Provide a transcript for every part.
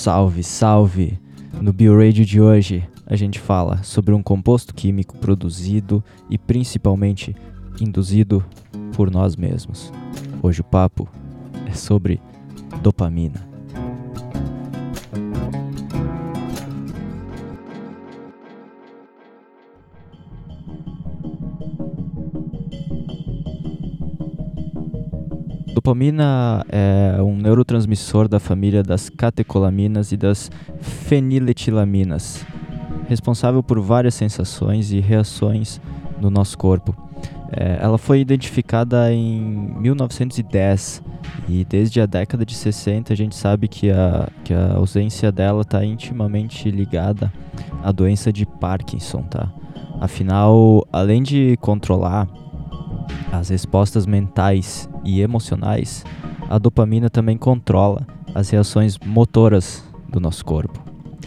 Salve, salve! No BioRadio de hoje, a gente fala sobre um composto químico produzido e principalmente induzido por nós mesmos. Hoje o papo é sobre dopamina. Dopamina é um neurotransmissor da família das catecolaminas e das feniletilaminas, responsável por várias sensações e reações no nosso corpo. Ela foi identificada em 1910 e desde a década de 60 a gente sabe que a ausência dela está intimamente ligada à doença de Parkinson, tá? Afinal, além de controlar as respostas mentais e emocionais, a dopamina também controla as reações motoras do nosso corpo.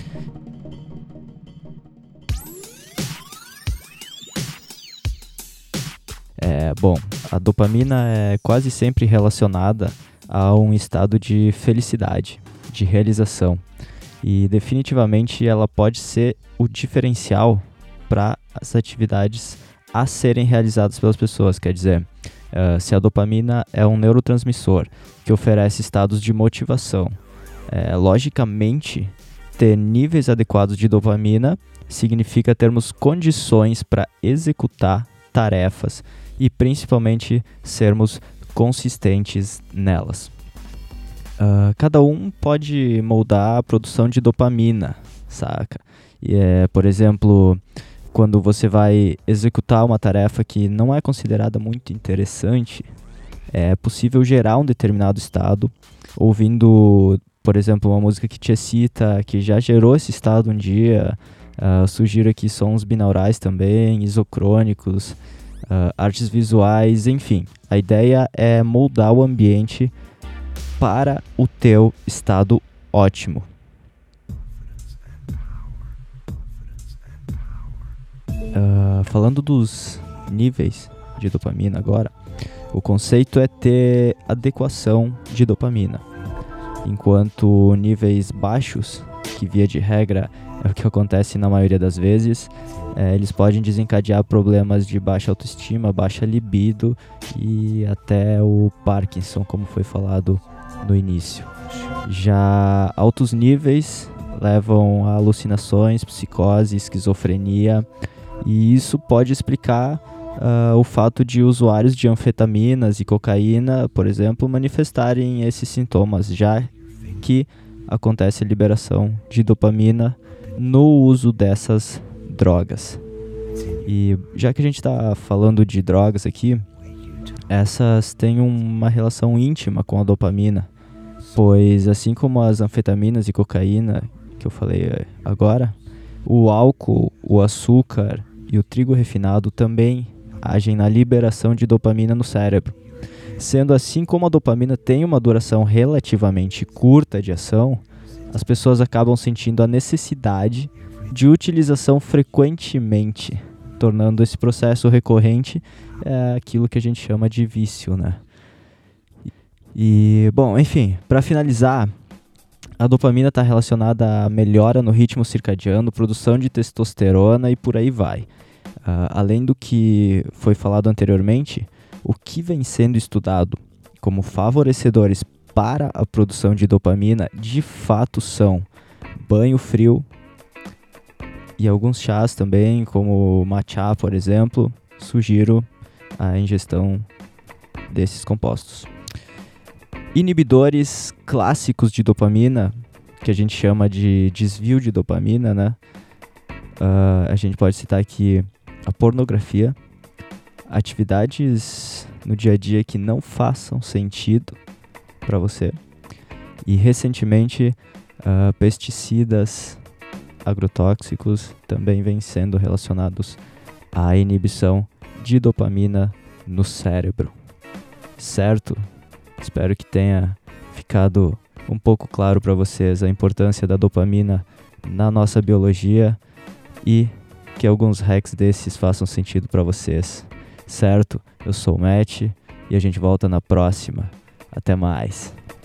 A dopamina é quase sempre relacionada a um estado de felicidade, de realização, e definitivamente ela pode ser o diferencial para as atividades a serem realizadas pelas pessoas. Quer dizer, se a dopamina é um neurotransmissor que oferece estados de motivação, logicamente, ter níveis adequados de dopamina significa termos condições para executar tarefas e principalmente sermos consistentes nelas. Cada um pode moldar a produção de dopamina, saca? Por exemplo, quando você vai executar uma tarefa que não é considerada muito interessante, é possível gerar um determinado estado ouvindo, por exemplo, uma música que te excita, que já gerou esse estado um dia. Sugiro aqui sons binaurais também, isocrônicos, artes visuais, enfim. A ideia é moldar o ambiente para o teu estado ótimo. Falando dos níveis de dopamina agora, o conceito é ter adequação de dopamina, enquanto níveis baixos, que via de regra é o que acontece na maioria das vezes, eles podem desencadear problemas de baixa autoestima, baixa libido e até o Parkinson, como foi falado no início. Já altos níveis levam a alucinações, psicose, esquizofrenia, e isso pode explicar o fato de usuários de anfetaminas e cocaína, por exemplo, manifestarem esses sintomas, já que acontece a liberação de dopamina no uso dessas drogas. E já que a gente está falando de drogas aqui, essas têm uma relação íntima com a dopamina, pois assim como as anfetaminas e cocaína, que eu falei agora, o álcool, o açúcar e o trigo refinado também agem na liberação de dopamina no cérebro. Sendo assim, como a dopamina tem uma duração relativamente curta de ação, as pessoas acabam sentindo a necessidade de utilização frequentemente, tornando esse processo recorrente aquilo que a gente chama de vício, né? E, bom, enfim, para finalizar, a dopamina está relacionada à melhora no ritmo circadiano, produção de testosterona e por aí vai. Além do que foi falado anteriormente, o que vem sendo estudado como favorecedores para a produção de dopamina de fato são banho frio e alguns chás também, como matcha, por exemplo. Sugiro a ingestão desses compostos. Inibidores clássicos de dopamina, que a gente chama de desvio de dopamina, né? A gente pode citar aqui a pornografia, atividades no dia a dia que não façam sentido para você, e recentemente pesticidas, agrotóxicos também vêm sendo relacionados à inibição de dopamina no cérebro. Certo? Espero que tenha ficado um pouco claro para vocês a importância da dopamina na nossa biologia e que alguns hacks desses façam sentido para vocês. Certo? Eu sou o Matt e a gente volta na próxima. Até mais.